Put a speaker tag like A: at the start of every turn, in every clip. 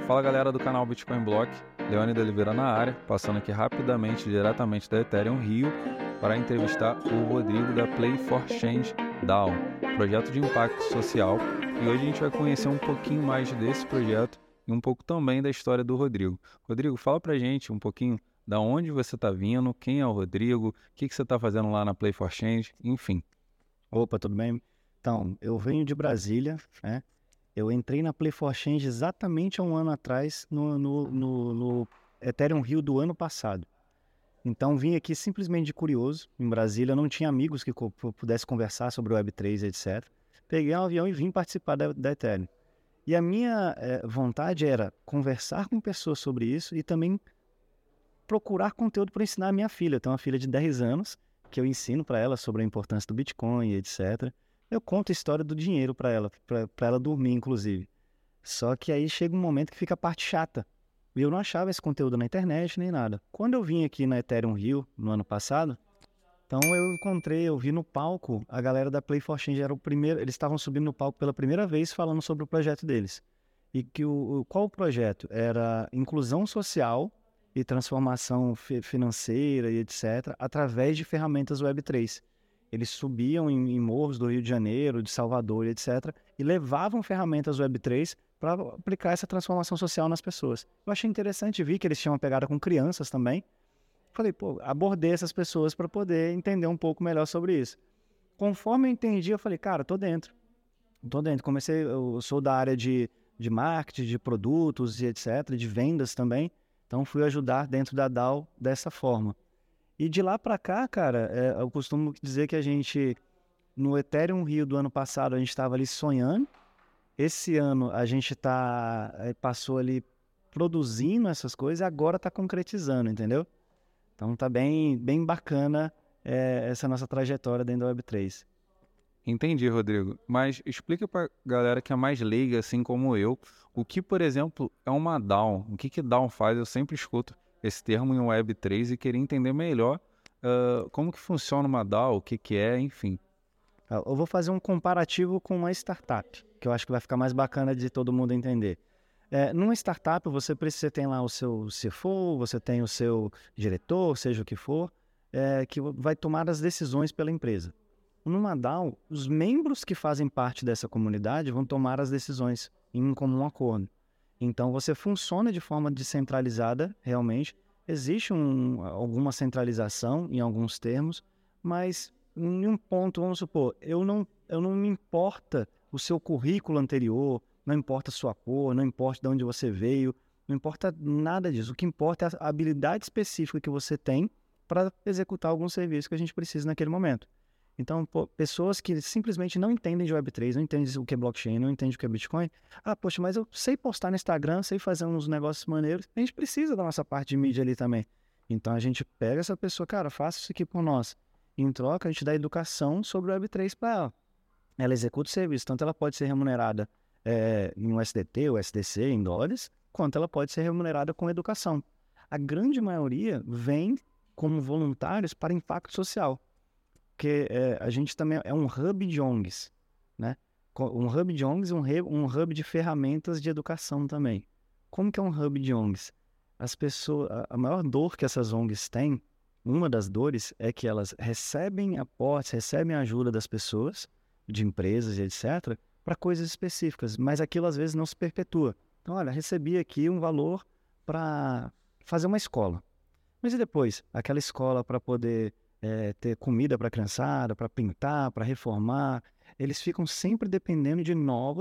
A: Fala galera do canal Bitcoin Block, Leone de Oliveira na área, passando aqui rapidamente, diretamente da Ethereum Rio, para entrevistar o Rodrigo da Play for Change DAO, projeto de impacto social, e hoje a gente vai conhecer um pouquinho mais desse projeto e um pouco também da história do Rodrigo. Rodrigo, fala pra gente um pouquinho da onde você está vindo, quem é o Rodrigo, o que você está fazendo lá na Play for Change, enfim.
B: Opa, tudo bem? Então, eu venho de Brasília, né? Eu entrei na Play for Change exatamente há um ano atrás, no Ethereum Rio do ano passado. Então, vim aqui simplesmente de curioso. Em Brasília, não tinha amigos que pudesse conversar sobre o Web3, etc. Peguei um avião e vim participar da Ethereum. E a minha vontade era conversar com pessoas sobre isso e também procurar conteúdo para ensinar a minha filha. Eu tenho uma filha de 10 anos, que eu ensino para ela sobre a importância do Bitcoin, etc. Eu conto a história do dinheiro para ela dormir, inclusive. Só que aí chega um momento que fica a parte chata. E eu não achava esse conteúdo na internet nem nada. Quando eu vim aqui na Ethereum Rio, no ano passado, então eu vi no palco, a galera da Play for Change era o primeiro, eles estavam subindo no palco pela primeira vez falando sobre o projeto deles. E que qual o projeto? Era inclusão social e transformação financeira e etc., através de ferramentas Web3. Eles subiam em morros do Rio de Janeiro, de Salvador e etc., e levavam ferramentas Web3 para aplicar essa transformação social nas pessoas. Eu achei interessante, vi que eles tinham uma pegada com crianças também. Falei, pô, abordei essas pessoas para poder entender um pouco melhor sobre isso. Conforme eu entendi, eu falei, cara, tô dentro. Eu sou da área de marketing, de produtos e etc., de vendas também. Então, fui ajudar dentro da DAO dessa forma. E de lá para cá, cara, eu costumo dizer que no Ethereum Rio do ano passado, a gente estava ali sonhando. Esse ano, a gente passou ali produzindo essas coisas e agora está concretizando, entendeu? Então, tá bem bacana essa nossa trajetória dentro da Web3.
A: Entendi, Rodrigo. Mas explica pra galera que é mais leiga, assim como eu, o que, por exemplo, é uma DAO. O que que DAO faz? Eu sempre escuto esse termo em Web3 e queria entender melhor como que funciona uma DAO, o que que é, enfim.
B: Eu vou fazer um comparativo com uma startup, que eu acho que vai ficar mais bacana de todo mundo entender. Numa startup, você tem lá o seu CFO, você tem o seu diretor, seja o que for, que vai tomar as decisões pela empresa. Numa DAO, os membros que fazem parte dessa comunidade vão tomar as decisões em um comum acordo. Então, você funciona de forma descentralizada, realmente. Existe alguma centralização em alguns termos, mas em um ponto, vamos supor, eu não me importa o seu currículo anterior, não importa a sua cor, não importa de onde você veio, não importa nada disso. O que importa é a habilidade específica que você tem para executar algum serviço que a gente precisa naquele momento. Então, pessoas que simplesmente não entendem de Web3, não entendem o que é blockchain, não entendem o que é Bitcoin. Ah, poxa, mas eu sei postar no Instagram, sei fazer uns negócios maneiros. A gente precisa da nossa parte de mídia ali também. Então, a gente pega essa pessoa, cara, faça isso aqui por nós. Em troca, a gente dá educação sobre o Web3 para ela. Ela executa o serviço, tanto ela pode ser remunerada em um USDT ou SDC, em dólares, quanto ela pode ser remunerada com educação. A grande maioria vem como voluntários para impacto social, porque a gente também é um hub de ONGs, né? Um hub de ONGs e um hub de ferramentas de educação também. Como que é um hub de ONGs? As pessoas, a maior dor que essas ONGs têm, uma das dores é que elas recebem aportes, recebem ajuda das pessoas, de empresas e etc., para coisas específicas, mas aquilo às vezes não se perpetua. Então, olha, recebi aqui um valor para fazer uma escola. Mas e depois? Aquela escola para poder ter comida para a criançada, para pintar, para reformar, eles ficam sempre dependendo de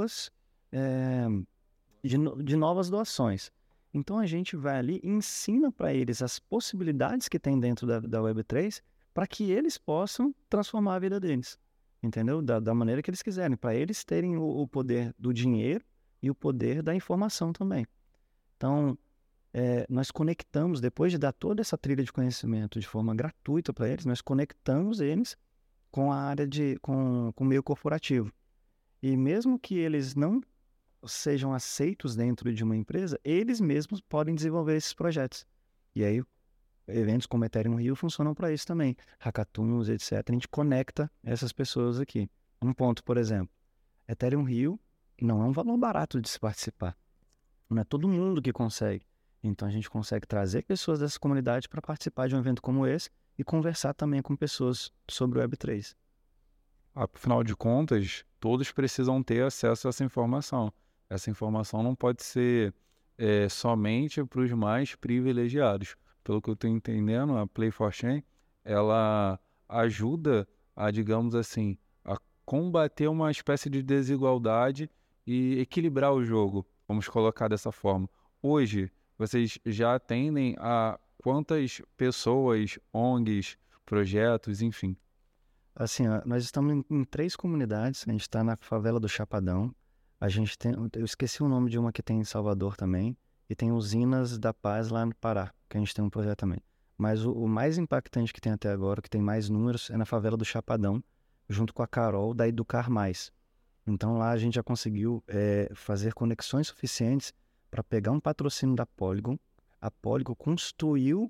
B: eh, de novas doações. Então a gente vai ali e ensina para eles as possibilidades que tem dentro da Web3 para que eles possam transformar a vida deles, entendeu? Da maneira que eles quiserem, para eles terem o poder do dinheiro e o poder da informação também. Então, nós conectamos, depois de dar toda essa trilha de conhecimento de forma gratuita para eles, nós conectamos eles com a área com o meio corporativo. E mesmo que eles não sejam aceitos dentro de uma empresa, eles mesmos podem desenvolver esses projetos. E aí, eventos como Ethereum Rio funcionam para isso também. Hackathons, etc. A gente conecta essas pessoas aqui. Um ponto, por exemplo, Ethereum Rio não é um valor barato de se participar. Não é todo mundo que consegue. Então a gente consegue trazer pessoas dessa comunidade para participar de um evento como esse e conversar também com pessoas sobre o Web3.
A: Afinal de contas, todos precisam ter acesso a essa informação. Essa informação não pode ser somente para os mais privilegiados. Pelo que eu estou entendendo, a Play4Chain, ela ajuda a, digamos assim, a combater uma espécie de desigualdade e equilibrar o jogo, vamos colocar dessa forma. Hoje, vocês já atendem a quantas pessoas, ONGs, projetos, enfim?
B: Assim, ó, nós estamos em 3 comunidades. A gente está na favela do Chapadão. A gente tem, eu esqueci o nome de uma que tem em Salvador também. E tem Usinas da Paz lá no Pará, que a gente tem um projeto também. Mas o mais impactante que tem até agora, que tem mais números, é na favela do Chapadão, junto com a Carol da Educar Mais. Então lá a gente já conseguiu fazer conexões suficientes para pegar um patrocínio da Polygon. A Polygon construiu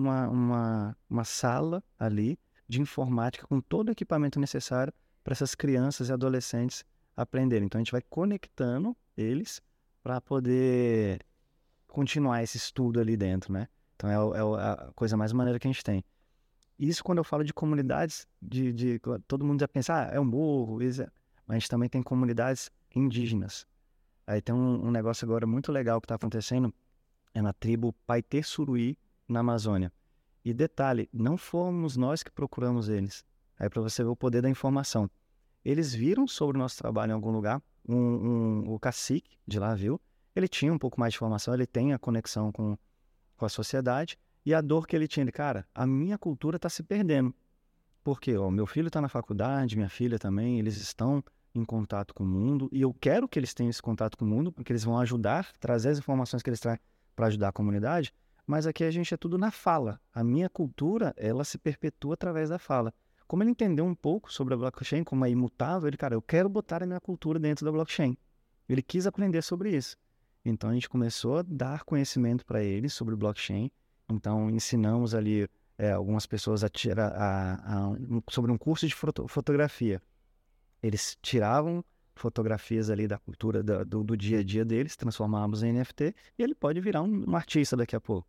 B: uma sala ali de informática com todo o equipamento necessário para essas crianças e adolescentes aprenderem. Então a gente vai conectando eles para poder continuar esse estudo ali dentro, né? Então a coisa mais maneira que a gente tem. Isso quando eu falo de comunidades, todo mundo já pensa, é um burro, isso mas a gente também tem comunidades indígenas. Aí tem um negócio agora muito legal que está acontecendo, é na tribo Paitê Suruí, na Amazônia. E detalhe, não fomos nós que procuramos eles. Aí para você ver o poder da informação. Eles viram sobre o nosso trabalho em algum lugar, o cacique de lá viu, ele tinha um pouco mais de informação, ele tem a conexão com a sociedade, e a dor que ele tinha, cara, a minha cultura está se perdendo. Porque meu filho está na faculdade, minha filha também, eles estão em contato com o mundo, e eu quero que eles tenham esse contato com o mundo, porque eles vão ajudar, trazer as informações que eles trazem para ajudar a comunidade, mas aqui a gente é tudo na fala. A minha cultura, ela se perpetua através da fala. Como ele entendeu um pouco sobre a blockchain, como é imutável, ele, cara, eu quero botar a minha cultura dentro da blockchain. Ele quis aprender sobre isso. Então a gente começou a dar conhecimento para ele sobre blockchain. Então ensinamos ali algumas pessoas a tirar sobre um curso de fotografia. Eles tiravam fotografias ali da cultura do dia a dia deles, transformávamos em NFT e ele pode virar um artista daqui a pouco.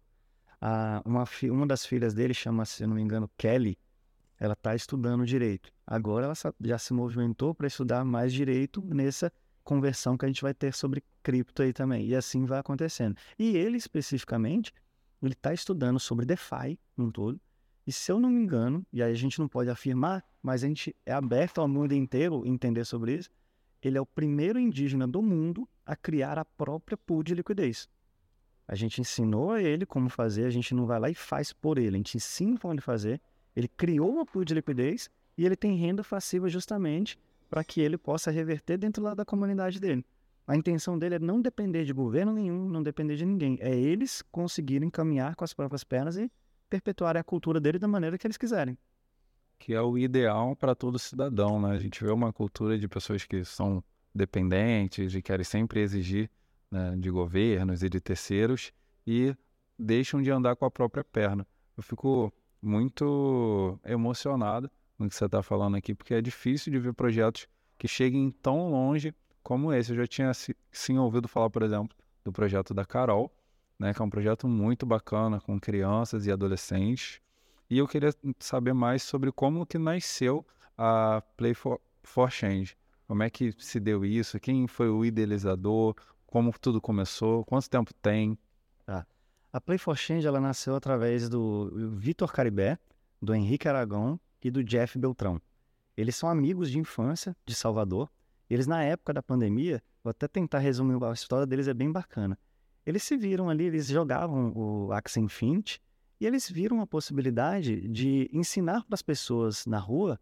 B: Uma das filhas dele chama, se eu não me engano, Kelly. Ela está estudando direito. Agora ela já se movimentou para estudar mais direito nessa conversão que a gente vai ter sobre cripto aí também. E assim vai acontecendo. E ele especificamente, ele está estudando sobre DeFi um todo. E se eu não me engano, e aí a gente não pode afirmar, mas a gente é aberto ao mundo inteiro entender sobre isso, ele é o primeiro indígena do mundo a criar a própria pool de liquidez. A gente ensinou a ele como fazer, a gente não vai lá e faz por ele, a gente ensina como ele fazer. Ele criou uma pool de liquidez e ele tem renda passiva justamente para que ele possa reverter dentro lá da comunidade dele. A intenção dele é não depender de governo nenhum, não depender de ninguém. É eles conseguirem caminhar com as próprias pernas e perpetuarem a cultura dele da maneira que eles quiserem.
A: Que é o ideal para todo cidadão, né? A gente vê uma cultura de pessoas que são dependentes e querem sempre exigir, né, de governos e de terceiros e deixam de andar com a própria perna. Eu fico muito emocionado com o que você está falando aqui, porque é difícil de ver projetos que cheguem tão longe como esse. Eu já tinha sim ouvido falar, por exemplo, do projeto da Carol, né, que é um projeto muito bacana com crianças e adolescentes. E eu queria saber mais sobre como que nasceu a Play for Change. Como é que se deu isso? Quem foi o idealizador? Como tudo começou? Quanto tempo tem?
B: Tá. A Play for Change ela nasceu através do Vitor Caribé, do Henrique Aragão e do Jeff Beltrão. Eles são amigos de infância de Salvador. Eles, na época da pandemia, vou até tentar resumir, a história deles é bem bacana. Eles se viram ali, eles jogavam o Axie Infinity e eles viram a possibilidade de ensinar para as pessoas na rua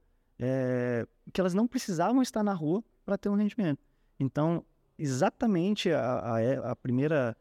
B: que elas não precisavam estar na rua para ter um rendimento. Então, exatamente a primeira...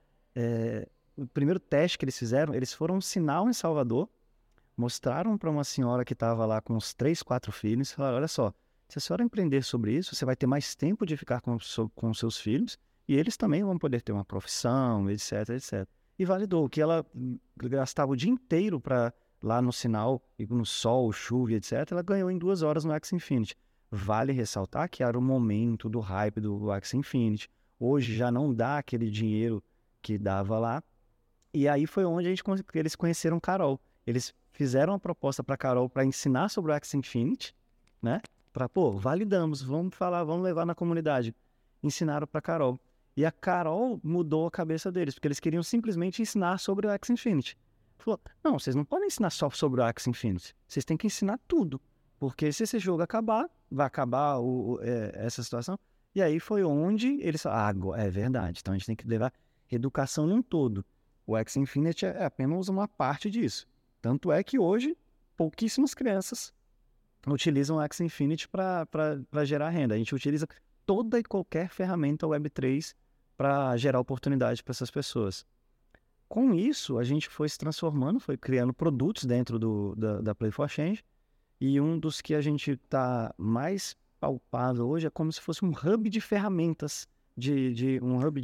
B: o primeiro teste que eles fizeram, eles foram um sinal em Salvador, mostraram para uma senhora que estava lá com uns 3, 4 filhos, e falaram, olha só, se a senhora aprender sobre isso, você vai ter mais tempo de ficar com seus filhos, e eles também vão poder ter uma profissão, etc, etc. E validou que ela gastava o dia inteiro para lá no sinal, e no sol, chuva, etc, ela ganhou em 2 horas no Axie Infinity. Vale ressaltar que era o momento do hype do Axie Infinity. Hoje já não dá aquele dinheiro que dava lá. E aí foi onde eles conheceram Carol. Eles fizeram uma proposta para Carol para ensinar sobre o Axie Infinity, né? Validamos, vamos falar, vamos levar na comunidade. Ensinaram para Carol. E a Carol mudou a cabeça deles, porque eles queriam simplesmente ensinar sobre o Axie Infinity. Falou, não, vocês não podem ensinar só sobre o Axie Infinity, vocês têm que ensinar tudo. Porque se esse jogo acabar, vai acabar essa situação. E aí foi onde eles falaram, é verdade, então a gente tem que levar educação num todo. O Axie Infinity é apenas uma parte disso. Tanto é que hoje, pouquíssimas crianças utilizam o Axie Infinity para gerar renda. A gente utiliza toda e qualquer ferramenta Web3 para gerar oportunidade para essas pessoas. Com isso, a gente foi se transformando, foi criando produtos dentro da Play for Change, e um dos que a gente está mais palpável hoje é como se fosse um hub de ferramentas, um hub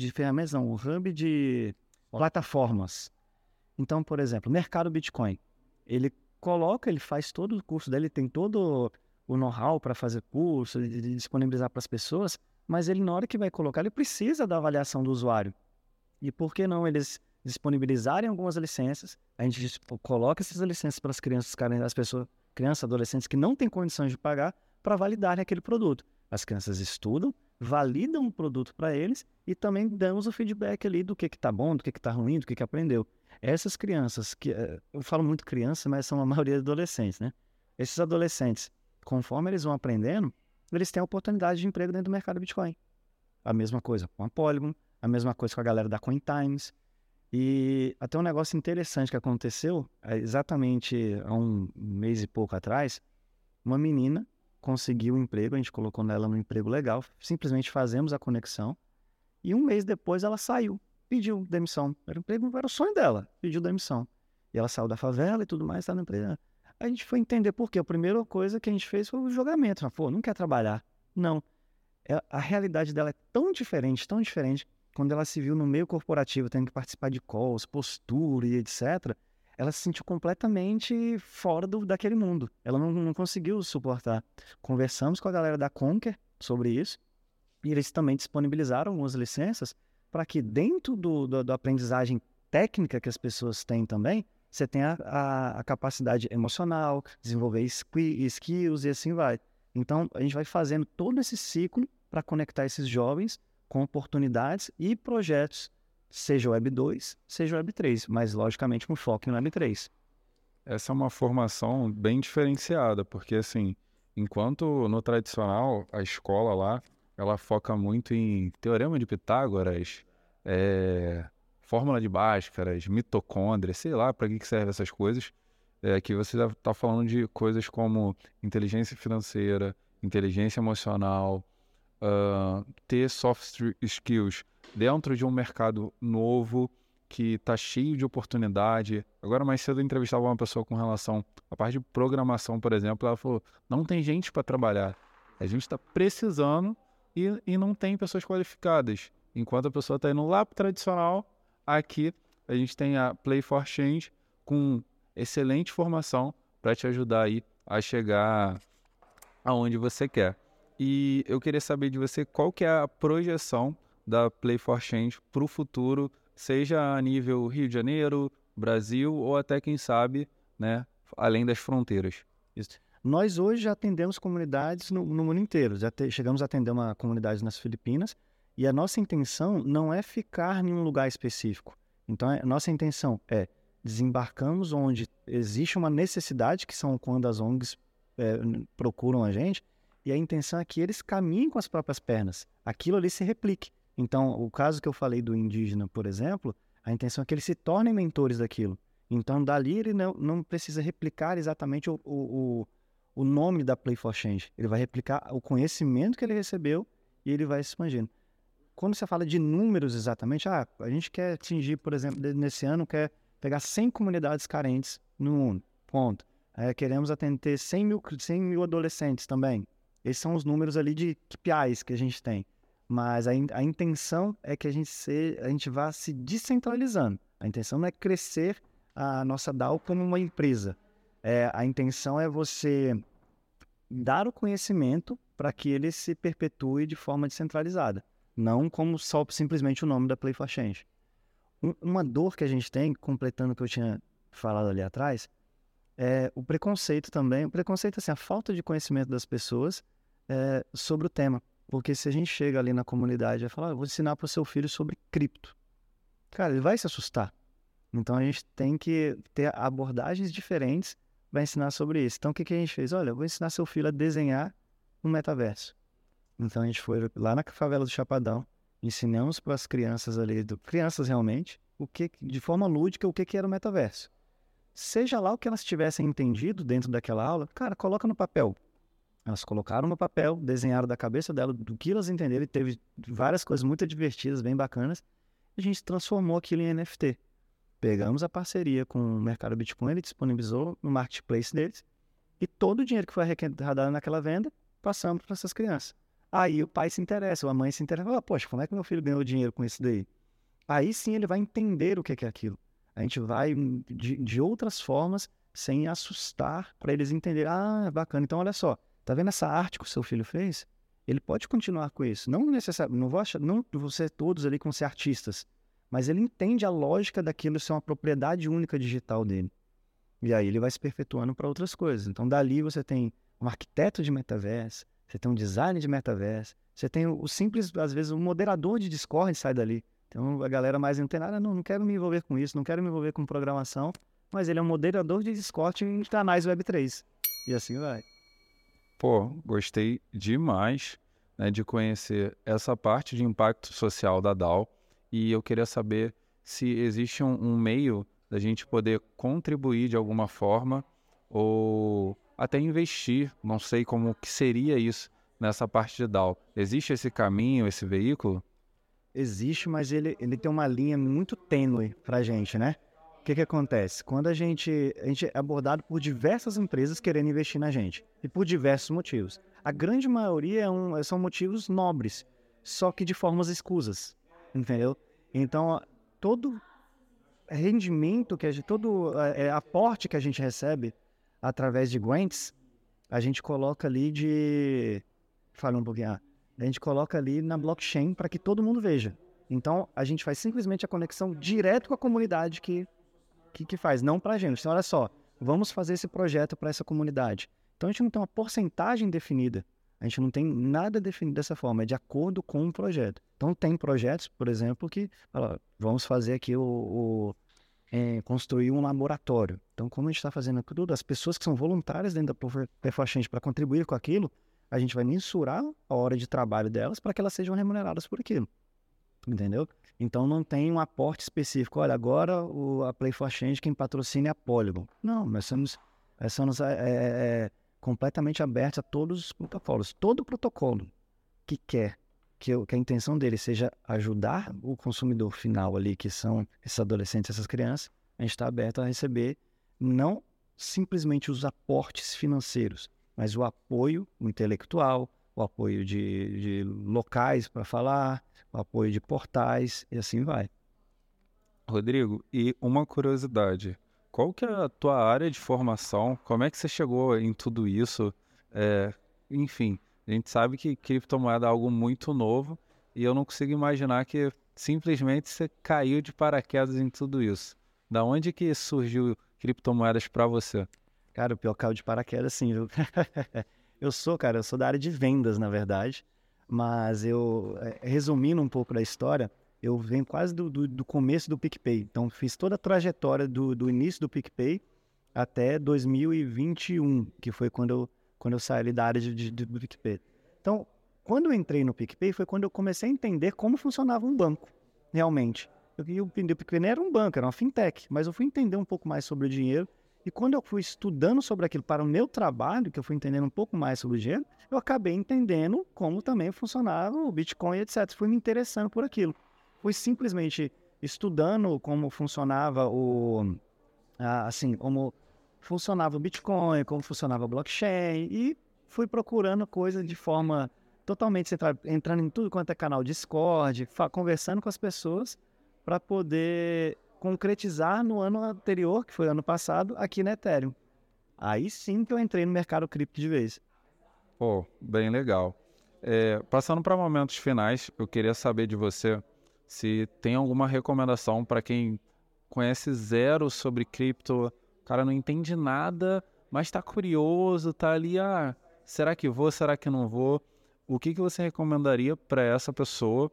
B: de plataformas. Então, por exemplo, mercado Bitcoin. Ele faz todo o curso dele, tem todo o know-how para fazer curso, de disponibilizar para as pessoas, mas ele, na hora que vai colocar, ele precisa da avaliação do usuário. E por que não eles disponibilizarem algumas licenças? A gente coloca essas licenças para as crianças, crianças, adolescentes que não têm condições de pagar, para validarem aquele produto. As crianças estudam, validam o produto para eles e também damos o feedback ali do que está bom, do que está ruim, do que aprendeu. Essas crianças, eu falo muito criança, mas são a maioria adolescentes, né? Esses adolescentes, conforme eles vão aprendendo, eles têm a oportunidade de emprego dentro do mercado Bitcoin. A mesma coisa com a Polygon, a mesma coisa com a galera da CoinTimes. E até um negócio interessante que aconteceu, exatamente há um mês e pouco atrás, uma menina conseguiu um emprego, a gente colocou ela num emprego legal, simplesmente fazemos a conexão, e um mês depois ela saiu, pediu demissão. Era o sonho dela, pediu demissão. E ela saiu da favela e tudo mais, está na empresa. A gente foi entender por quê. A primeira coisa que a gente fez foi o julgamento. Não quer trabalhar. Não. A realidade dela é tão diferente, quando ela se viu no meio corporativo, tendo que participar de calls, postura e etc., ela se sentiu completamente fora daquele mundo. Ela não conseguiu suportar. Conversamos com a galera da Conquer sobre isso, e eles também disponibilizaram algumas licenças para que dentro da aprendizagem técnica que as pessoas têm também, você tenha a capacidade emocional, desenvolver skills e assim vai. Então, a gente vai fazendo todo esse ciclo para conectar esses jovens com oportunidades e projetos, seja Web 2, seja Web 3, mas logicamente com foco em Web 3.
A: Essa é uma formação bem diferenciada, porque assim, enquanto no tradicional, a escola lá, ela foca muito em teorema de Pitágoras, fórmula de Bhaskara, mitocôndria, sei lá para que servem essas coisas. Aqui você está falando de coisas como inteligência financeira, inteligência emocional, ter soft skills dentro de um mercado novo que está cheio de oportunidade. Agora, mais cedo, eu entrevistava uma pessoa com relação à parte de programação, por exemplo. Ela falou, não tem gente para trabalhar. A gente está precisando e não tem pessoas qualificadas. Enquanto a pessoa está indo lá para o tradicional, aqui a gente tem a Play for Change com excelente formação para te ajudar aí a chegar aonde você quer. E eu queria saber de você qual que é a projeção da Play for Change para o futuro, seja a nível Rio de Janeiro, Brasil ou até, quem sabe, né, além das fronteiras.
B: Isso. Nós hoje já atendemos comunidades no mundo inteiro. Chegamos a atender uma comunidade nas Filipinas e a nossa intenção não é ficar em um lugar específico. Então, a nossa intenção é desembarcamos onde existe uma necessidade, que são quando as ONGs procuram a gente, e a intenção é que eles caminhem com as próprias pernas. Aquilo ali se replique. Então, o caso que eu falei do indígena, por exemplo, a intenção é que eles se tornem mentores daquilo. Então, dali ele não precisa replicar exatamente o nome da Play for Change. Ele vai replicar o conhecimento que ele recebeu e ele vai se expandindo. Quando você fala de números exatamente, a gente quer atingir, por exemplo, nesse ano, quer pegar 100 comunidades carentes no mundo, ponto. Queremos atender 100 mil adolescentes também. Esses são os números ali de KPIs que a gente tem. Mas a intenção é que a gente vá se descentralizando. A intenção não é crescer a nossa DAO como uma empresa. A intenção é você dar o conhecimento para que ele se perpetue de forma descentralizada. Não como só simplesmente o nome da Play for Change. Uma dor que a gente tem, completando o que eu tinha falado ali atrás, é o preconceito também. O preconceito, assim, a falta de conhecimento das pessoas sobre o tema. Porque se a gente chega ali na comunidade e fala, vou ensinar para o seu filho sobre cripto. Cara, ele vai se assustar. Então, a gente tem que ter abordagens diferentes para ensinar sobre isso. Então, o que a gente fez? Olha, eu vou ensinar seu filho a desenhar no metaverso. Então, a gente foi lá na favela do Chapadão, ensinamos para as crianças ali, crianças realmente, de forma lúdica, o que era o metaverso. Seja lá o que elas tivessem entendido dentro daquela aula, cara, coloca no papel. Elas colocaram no papel, desenharam da cabeça dela do que elas entenderam e teve várias coisas muito divertidas, bem bacanas. E a gente transformou aquilo em NFT. Pegamos a parceria com o mercado Bitcoin, ele disponibilizou no marketplace deles e todo o dinheiro que foi arrecadado naquela venda, passamos para essas crianças. Aí o pai se interessa, ou a mãe se interessa, fala, poxa, como é que meu filho ganhou dinheiro com isso daí? Aí sim ele vai entender o que é aquilo. A gente vai de outras formas, sem assustar, para eles entenderem, bacana, então olha só, tá vendo essa arte que o seu filho fez? Ele pode continuar com isso. Não necessariamente, não você todos ali com ser artistas, mas ele entende a lógica daquilo ser uma propriedade única digital dele. E aí ele vai se perpetuando para outras coisas. Então dali você tem um arquiteto de metaverso, você tem um design de metaverso, você tem o simples, às vezes, um moderador de Discord sai dali. Então a galera mais antenada, não quero me envolver com isso, não quero me envolver com programação, mas ele é um moderador de Discord em canais Web3. E assim vai.
A: Pô, gostei demais, né, de conhecer essa parte de impacto social da DAO e eu queria saber se existe um meio da gente poder contribuir de alguma forma ou até investir, não sei como que seria isso nessa parte de DAO. Existe esse caminho, esse veículo?
B: Existe, mas ele tem uma linha muito tênue pra gente, né? O que acontece? Quando a gente é abordado por diversas empresas querendo investir na gente, e por diversos motivos. A grande maioria são motivos nobres, só que de formas escusas, entendeu? Então, todo rendimento todo aporte que a gente recebe através de grants, a gente coloca ali fala um pouquinho, a gente coloca ali na blockchain para que todo mundo veja. Então, a gente faz simplesmente a conexão direto com a comunidade que faz, não para a gente. Então, olha só, vamos fazer esse projeto para essa comunidade. Então, a gente não tem uma porcentagem definida. A gente não tem nada definido dessa forma, é de acordo com o projeto. Então, tem projetos, por exemplo, que vamos fazer aqui construir um laboratório. Então, como a gente está fazendo tudo, as pessoas que são voluntárias dentro da Performance para contribuir com aquilo, a gente vai mensurar a hora de trabalho delas para que elas sejam remuneradas por aquilo. Entendeu? Então não tem um aporte específico. Olha, agora a Play for Change quem patrocina é a Polygon. Não, nós somos completamente abertos a todos os protocolos. Todo protocolo que quer que a intenção dele seja ajudar o consumidor final ali, que são esses adolescentes, essas crianças, a gente está aberto a receber não simplesmente os aportes financeiros, mas o apoio intelectual, o apoio de locais para falar, o apoio de portais e assim vai.
A: Rodrigo, e uma curiosidade, qual que é a tua área de formação? Como é que você chegou em tudo isso? Enfim, a gente sabe que criptomoeda é algo muito novo e eu não consigo imaginar que simplesmente você caiu de paraquedas em tudo isso. Da onde que surgiu criptomoedas para você?
B: Cara, o pior caiu de paraquedas, sim, viu? Eu sou da área de vendas, na verdade, mas resumindo um pouco da história, eu venho quase do começo do PicPay. Então, fiz toda a trajetória do início do PicPay até 2021, que foi quando eu saí ali da área do PicPay. Então, quando eu entrei no PicPay, foi quando eu comecei a entender como funcionava um banco, realmente. O PicPay não era um banco, era uma fintech, mas eu fui entender um pouco mais sobre o dinheiro. E quando eu fui estudando sobre aquilo para o meu trabalho, que eu fui entendendo um pouco mais sobre o dinheiro, eu acabei entendendo como também funcionava o Bitcoin, etc. Fui me interessando por aquilo. Fui simplesmente estudando como funcionava como funcionava o Bitcoin, como funcionava o blockchain, e fui procurando coisas de forma totalmente centrada, entrando em tudo quanto é canal Discord, conversando com as pessoas para poder concretizar no ano anterior, que foi ano passado, aqui na Ethereum. Aí sim que eu entrei no mercado cripto de vez.
A: Pô, bem legal. Passando para momentos finais, eu queria saber de você se tem alguma recomendação para quem conhece zero sobre cripto, o cara não entende nada, mas está curioso, está ali, será que vou, será que não vou? O que você recomendaria para essa pessoa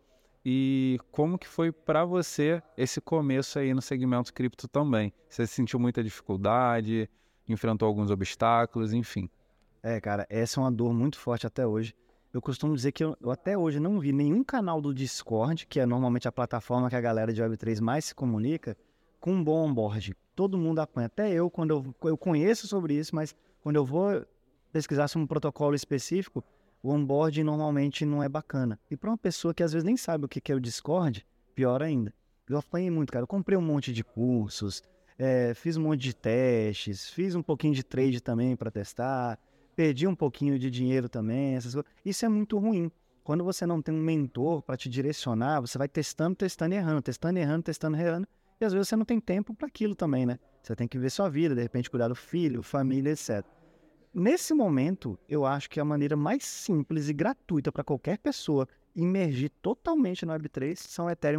A: e como que foi para você esse começo aí no segmento cripto também? Você sentiu muita dificuldade, enfrentou alguns obstáculos, enfim.
B: Cara, essa é uma dor muito forte até hoje. Eu costumo dizer que eu até hoje não vi nenhum canal do Discord, que é normalmente a plataforma que a galera de Web3 mais se comunica, com um bom onboard. Todo mundo apanha. Até eu, quando eu conheço sobre isso, mas quando eu vou pesquisar sobre um protocolo específico, o onboard normalmente não é bacana. E para uma pessoa que às vezes nem sabe o que é o Discord, pior ainda. Eu apanhei muito, cara. Eu comprei um monte de cursos, fiz um monte de testes, fiz um pouquinho de trade também para testar, perdi um pouquinho de dinheiro também, essas coisas. Isso é muito ruim. Quando você não tem um mentor para te direcionar, você vai testando, testando e errando, testando e errando, testando e errando. E às vezes você não tem tempo para aquilo também, né? Você tem que ver sua vida, de repente cuidar do filho, família, etc. Nesse momento, eu acho que a maneira mais simples e gratuita para qualquer pessoa imergir totalmente no Web3 são Ethereum,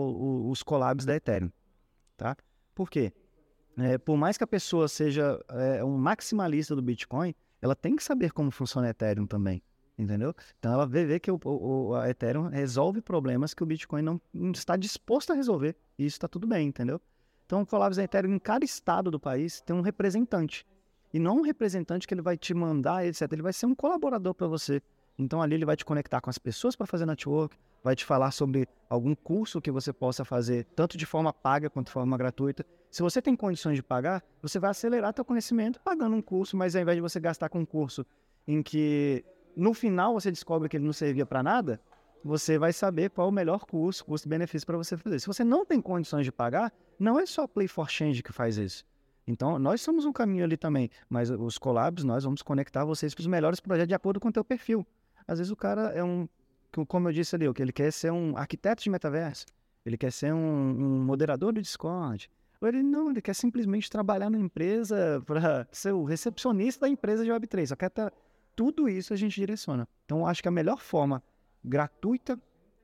B: os collabs da Ethereum, tá? Por quê? Por mais que a pessoa seja um maximalista do Bitcoin, ela tem que saber como funciona a Ethereum também, entendeu? Então ela vê que a Ethereum resolve problemas que o Bitcoin não está disposto a resolver, e isso está tudo bem, entendeu? Então o Collabs da Ethereum, em cada estado do país, tem um representante. E não um representante que ele vai te mandar, etc. Ele vai ser um colaborador para você. Então ali ele vai te conectar com as pessoas para fazer network, vai te falar sobre algum curso que você possa fazer, tanto de forma paga quanto de forma gratuita. Se você tem condições de pagar, você vai acelerar seu conhecimento pagando um curso, mas ao invés de você gastar com um curso em que no final você descobre que ele não servia para nada, você vai saber qual é o melhor curso, custo-benefício para você fazer. Se você não tem condições de pagar, não é só a Play for Change que faz isso. Então, nós somos um caminho ali também, mas os collabs, nós vamos conectar vocês para os melhores projetos de acordo com o teu perfil. Às vezes o cara como eu disse ali, ele quer ser um arquiteto de metaverso, ele quer ser um moderador do Discord, ou ele quer simplesmente trabalhar na empresa para ser o recepcionista da empresa de Web3, só quer tudo isso a gente direciona. Então, eu acho que a melhor forma gratuita,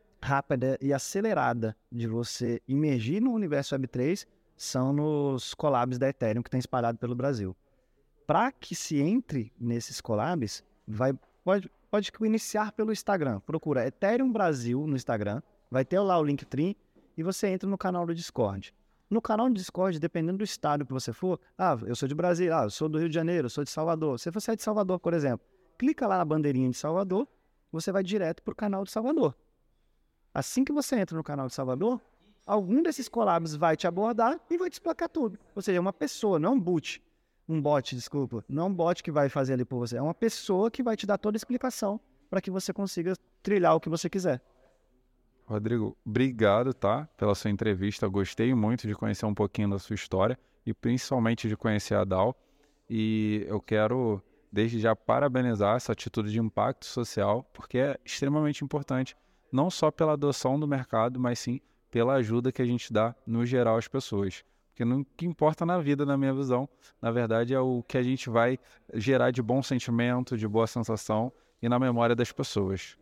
B: rápida e acelerada de você imergir no universo Web3 são nos collabs da Ethereum que tem espalhado pelo Brasil. Para que se entre nesses collabs, pode iniciar pelo Instagram. Procura Ethereum Brasil no Instagram, vai ter lá o Linktree e você entra no canal do Discord. No canal do Discord, dependendo do estado que você for, eu sou de Brasília, eu sou do Rio de Janeiro, eu sou de Salvador. Se você é de Salvador, por exemplo, clica lá na bandeirinha de Salvador, você vai direto para o canal de Salvador. Assim que você entra no canal de Salvador, algum desses collabs vai te abordar e vai te explicar tudo. Ou seja, é uma pessoa, não é um bot, desculpa. Não é um bot que vai fazer ali por você. É uma pessoa que vai te dar toda a explicação para que você consiga trilhar o que você quiser.
A: Rodrigo, obrigado, tá, pela sua entrevista. Gostei muito de conhecer um pouquinho da sua história e principalmente de conhecer a DAO. E eu quero, desde já, parabenizar essa atitude de impacto social, porque é extremamente importante, não só pela adoção do mercado, mas sim pela ajuda que a gente dá, no geral, às pessoas. Porque o que importa na vida, na minha visão, na verdade, é o que a gente vai gerar de bom sentimento, de boa sensação e na memória das pessoas.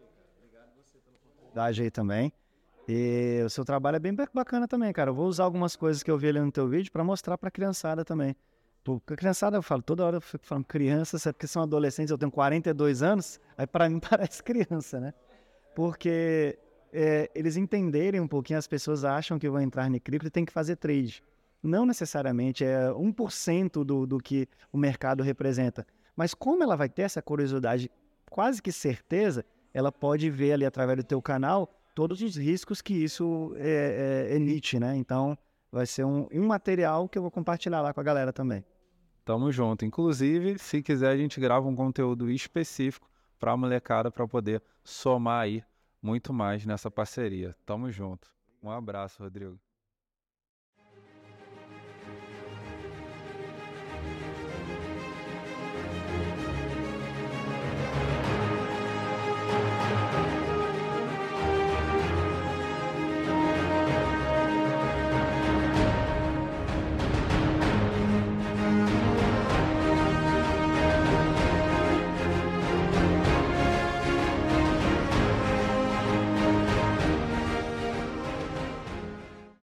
B: Aí também. E o seu trabalho é bem bacana também, cara. Eu vou usar algumas coisas que eu vi ali no teu vídeo para mostrar para a criançada também. Porque a criançada, eu falo, toda hora eu fico falando crianças, é porque são adolescentes, eu tenho 42 anos, aí para mim parece criança, né? Porque eles entenderem um pouquinho, as pessoas acham que vão entrar no cripto e tem que fazer trade. Não necessariamente, é 1% do que o mercado representa. Mas como ela vai ter essa curiosidade, quase que certeza, ela pode ver ali através do teu canal todos os riscos que isso emite, né? Então, vai ser um material que eu vou compartilhar lá com a galera também.
A: Tamo junto. Inclusive, se quiser, a gente grava um conteúdo específico para a molecada para poder somar aí muito mais nessa parceria. Tamo junto. Um abraço, Rodrigo.